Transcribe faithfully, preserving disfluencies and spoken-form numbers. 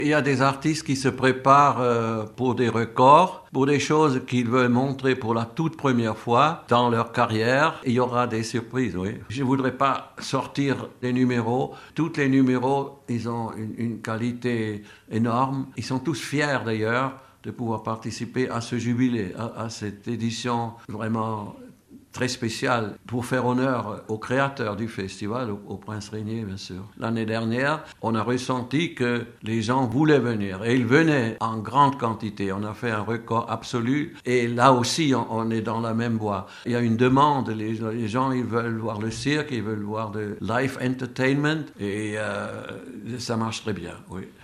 Il y a des artistes qui se préparent euh, pour des records, pour des choses qu'ils veulent montrer pour la toute première fois dans leur carrière. Il y aura des surprises, oui. Je ne voudrais pas sortir des numéros. Tous les numéros, ils ont une, une qualité énorme. Ils sont tous fiers d'ailleurs de pouvoir participer à ce jubilé, à, à cette édition vraiment très spéciale pour faire honneur au créateur du festival, au, au Prince Régnier, bien sûr. L'année dernière, on a ressenti que les gens voulaient venir et ils venaient en grande quantité. On a fait un record absolu et là aussi, on, on est dans la même voie. Il y a une demande, les, les gens, ils veulent voir le cirque, ils veulent voir de live entertainment et euh, ça marche très bien, oui.